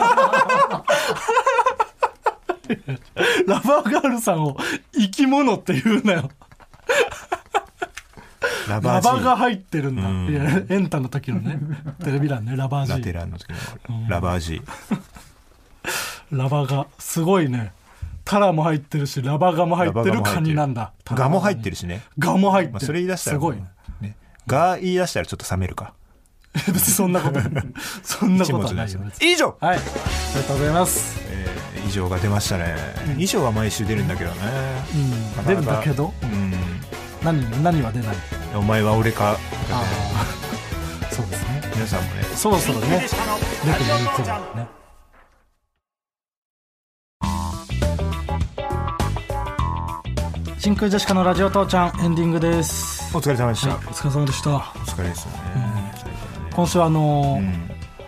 ラバガールさんを生き物って言うなよラバーが入ってるんだ、うん、いやエンタの時のねテレビ欄ねラバージラテランの時の、うん、ラバージラバガすごいねタラも入ってるしラバガも入ってるカニなんだガも入ってるしねガも入ってる、まあ、 それ言い出したらすごいね、 ねガ言い出したらちょっと冷めるか別にそんなことそんなことはないよ以上はいありがとうございます、 えー、以上が出ましたね、うん、以上は毎週出るんだけどね、 うん、出るんだけど、うん、何, 何は出ないお前は俺か、ね、 そうですね皆さんもねそろそろね出てもいい頃だね真空ジェシカのラジオ父ちゃんエンディングです。 お疲れ様でした、はい、 お疲れ様でした。お疲れですよね、 うん、今週はあのーうん、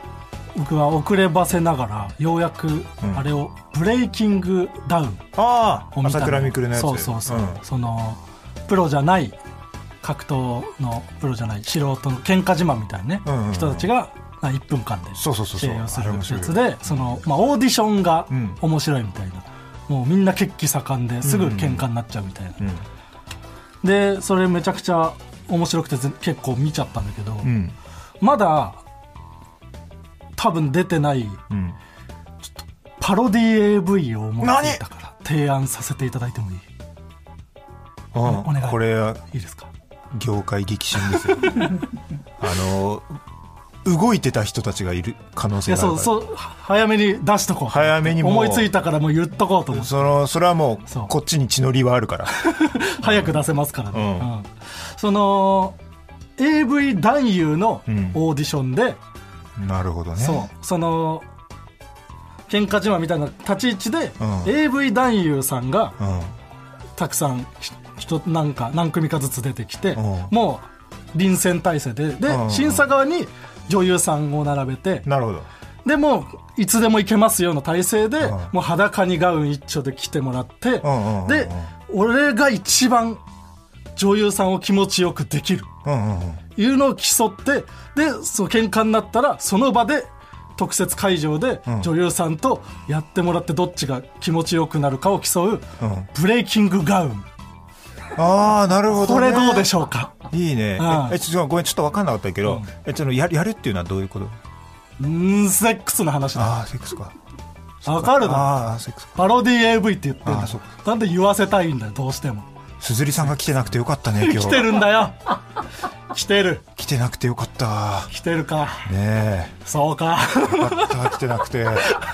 僕は遅ればせながらようやくあれをブレイキングダウンを見たの、 ああ朝倉未来のやつ。 そうそうそう、うん、そのプロじゃない格闘のプロじゃない素人の喧嘩自慢みたいなね、うんうんうん、人たちがいっぷんかんで試合をするやつで、その、まあ、オーディションが面白いみたいな、うん、もうみんな血気盛んですぐ喧嘩になっちゃうみたいな、うんうん、でそれめちゃくちゃ面白くて結構見ちゃったんだけど、うん、まだ多分出てない、うん、ちょっとパロディ エーブイ を思いついたから提案させていただいてもいい？ ああお願い。これいいですか？ 業界激震ですよあの動いてた人たちがいる可能性があるから。 そうそう、早めに出しとこう。 早めにも思いついたからもう言っとこうと思って。 そのそれはもうこっちに血のりはあるから早く出せますからね、うんうん、その エーブイ 男優のオーディションで、 うん、なるほどね。 そうその喧嘩島みたいな立ち位置で、うん、エーブイ 男優さんが、うん、たくさん人なんか何組かずつ出てきて、うん、もう臨戦態勢でで、うん、審査側に女優さんを並べて、 なるほど。 でもいつでも行けますよの体勢で、うん、もう裸にガウン一丁で着てもらって、うんうんうん、で俺が一番女優さんを気持ちよくできる、うんうんうん、いうのを競って、でそう喧嘩になったらその場で特設会場で女優さんとやってもらってどっちが気持ちよくなるかを競う、うん、ブレイキングガウン。 ああなるほど、ね、 これどうでしょうか。 いいね。えちょっとごめんちょっと分かんなかったけど、うん、えちょっと や, やるっていうのはどういうこと？ うーんセックスの話だ。 ああセックスか。 分かるだろ。 ああセックスか。 パロディ エーブイ って言ってんだ。なんで言わせたいんだよどうしても。 鈴木さんが来てなくてよかったね今日。 来てるんだよ来てる。 来てなくてよかった。 来てるかねえ。 そうかよかった来てなくて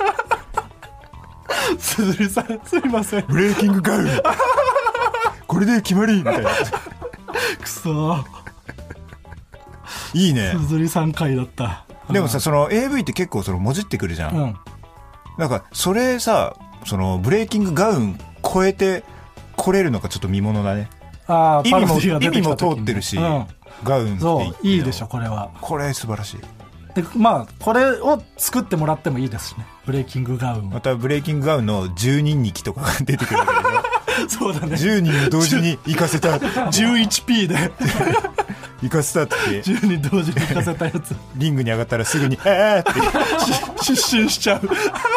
鈴木さんすいません。 ブレイキングガウンこれで決まりみたいなくそいいね。 鈴木さん回だった。 でもさその エーブイ って結構そのもじってくるじゃん、うん、なんかそれさそのブレイキングガウン超えて来れるのかちょっと見ものだね。 あ意味も意味も通ってるし、うん、ガウンってそういいでしょこれは。 これ素晴らしい。 でまあこれを作ってもらってもいいですしね。ブレイキングガウンまたブレイキングガウンのじゅうにんにきとかが出てくるわけでそうだね。 じゅうにんを同時に行かせたじゅういちピー で行かせたってじゅうにん同時に行かせたやつリングに上がったらすぐにえーって失神しちゃう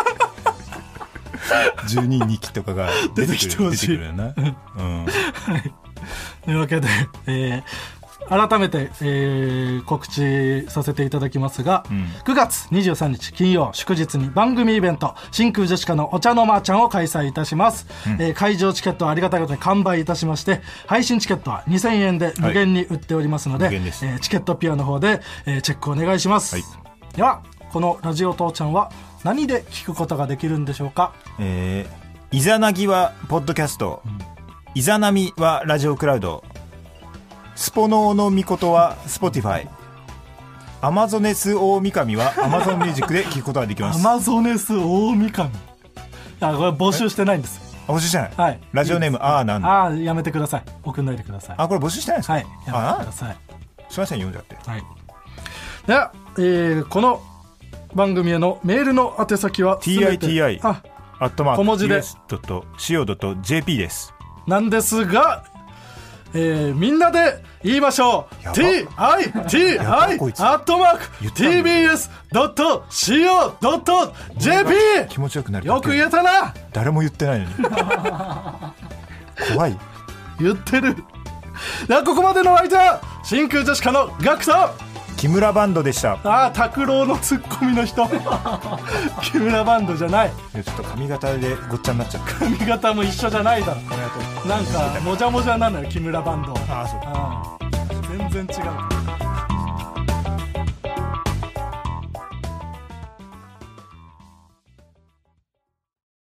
じゅうにんにきとかが出てきてほしい。出てくるよな、うんはい、というわけで、えー改めて、えー、告知させていただきますが、うん、くがつにじゅうさんにち金曜祝日に番組イベント真空ジェシカのお茶の間ちゃんを開催いたします、うんえー、会場チケットはありがたいことに完売いたしまして、配信チケットはにせんえんで無限に売っておりますので、はいえー、チケットピアの方で、えー、チェックお願いします、はい、ではこのラジオ父ちゃんは何で聞くことができるんでしょうか。 えー、イザナギはポッドキャスト、うん、イザナミはラジオクラウド、スポノーのミコトはスポティファイ、アマゾネスオオミカミはアマゾンミュージックで聞くことができます。 アマゾネスオオミカミ、あこれ募集してないんです。 募集してない、 はい、 ラジオネームあーなんあーやめてください。送んないでください。 あこれ募集してないんですか。 はいやめてください。 すいません読んじゃって、 はい、では、えー、この番組へのメールの宛先はティーアイティーアイ アットマーク小文字でユーエスドットシーオードットジェーピー ですなんですが、えー、みんなで言いましょう。 ティーアイティーアイ アットマーク ティービーエスドットシーオードットジェーピー気持ちよくなる。 よく言えたな。 誰も言ってないのに怖い。 言ってる。ではここまでのお相手は真空ジェシカのガクと木村バンドでした。 ああ拓郎のツッコミの人木村バンドじゃない。いやちょっと髪型でごっちゃになっちゃった。 髪型も一緒じゃないだろ。なんかもじゃもじゃなのよ木村バンド。 ああそう。 あ全然違う。